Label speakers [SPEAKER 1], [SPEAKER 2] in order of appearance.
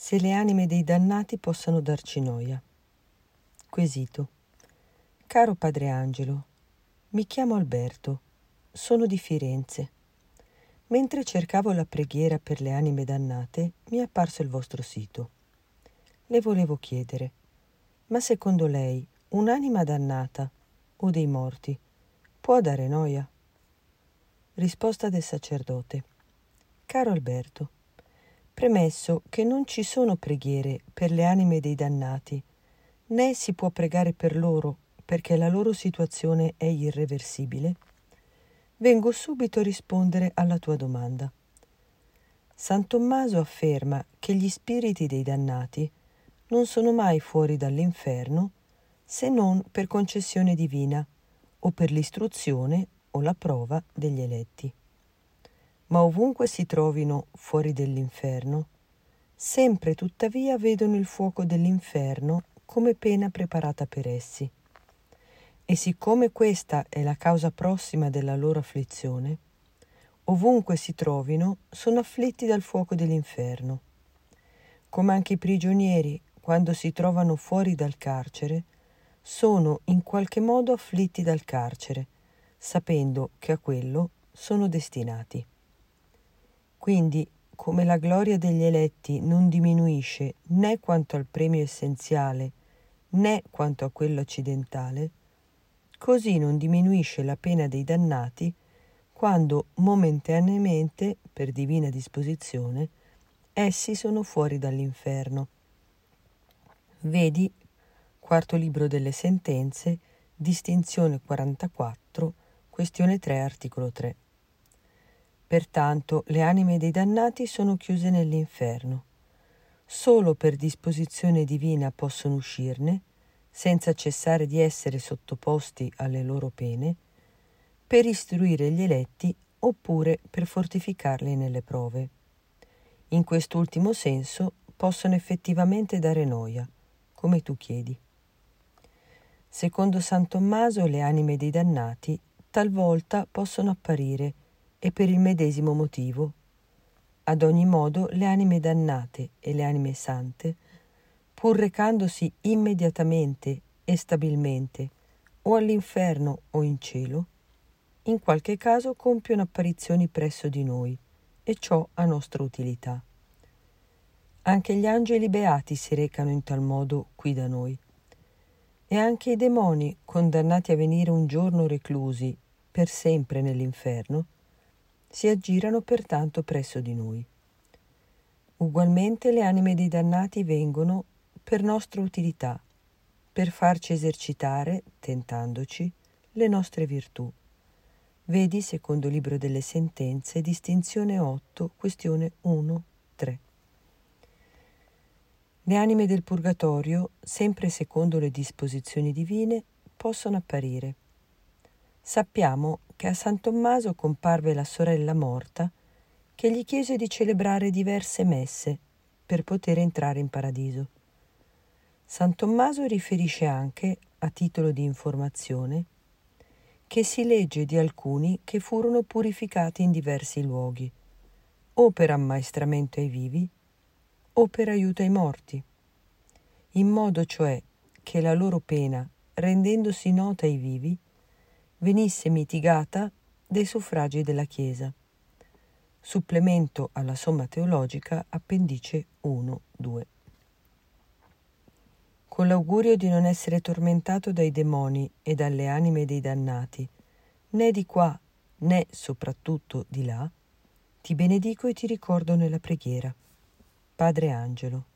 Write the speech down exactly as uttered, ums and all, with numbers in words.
[SPEAKER 1] se le anime dei dannati possano darci noia. Quesito. Caro Padre Angelo, mi chiamo Alberto, sono di Firenze. Mentre cercavo la preghiera per le anime dannate, mi è apparso il vostro sito. Le volevo chiedere, ma secondo lei un'anima dannata o dei morti può dare noia? Risposta del sacerdote. Caro Alberto, premesso che non ci sono preghiere per le anime dei dannati, né si può pregare per loro perché la loro situazione è irreversibile, vengo subito a rispondere alla tua domanda. San Tommaso afferma che gli spiriti dei dannati non sono mai fuori dall'inferno se non per concessione divina o per l'istruzione o la prova degli eletti. Ma ovunque si trovino fuori dell'inferno, sempre tuttavia vedono il fuoco dell'inferno come pena preparata per essi. E siccome questa è la causa prossima della loro afflizione, ovunque si trovino sono afflitti dal fuoco dell'inferno. Come anche i prigionieri, quando si trovano fuori dal carcere, sono in qualche modo afflitti dal carcere, sapendo che a quello sono destinati. Quindi, come la gloria degli eletti non diminuisce né quanto al premio essenziale né quanto a quello accidentale, così non diminuisce la pena dei dannati quando momentaneamente, per divina disposizione, essi sono fuori dall'inferno. Vedi, quarto libro delle sentenze, distinzione quarantaquattro, questione tre, articolo tre. Pertanto le anime dei dannati sono chiuse nell'inferno. Solo per disposizione divina possono uscirne, senza cessare di essere sottoposti alle loro pene, per istruire gli eletti oppure per fortificarli nelle prove. In quest'ultimo senso possono effettivamente dare noia, come tu chiedi. Secondo San Tommaso le anime dei dannati talvolta possono apparire e per il medesimo motivo. Ad ogni modo le anime dannate e le anime sante, pur recandosi immediatamente e stabilmente o all'inferno o in cielo, in qualche caso compiono apparizioni presso di noi, e ciò a nostra utilità. Anche gli angeli beati si recano in tal modo qui da noi, e anche i demoni, condannati a venire un giorno reclusi per sempre nell'inferno, si aggirano pertanto presso di noi. Ugualmente le anime dei dannati vengono per nostra utilità, per farci esercitare, tentandoci, le nostre virtù. Vedi secondo libro delle sentenze, distinzione otto, questione uno, tre. Le anime del purgatorio, sempre secondo le disposizioni divine, possono apparire. Sappiamo che a San Tommaso comparve la sorella morta che gli chiese di celebrare diverse messe per poter entrare in paradiso. San Tommaso riferisce anche, a titolo di informazione, che si legge di alcuni che furono purificati in diversi luoghi, o per ammaestramento ai vivi, o per aiuto ai morti, in modo cioè che la loro pena, rendendosi nota ai vivi, venisse mitigata dai suffragi della Chiesa. Supplemento alla Somma Teologica, appendice uno due. Con l'augurio di non essere tormentato dai demoni e dalle anime dei dannati, né di qua né soprattutto di là, ti benedico e ti ricordo nella preghiera. Padre Angelo.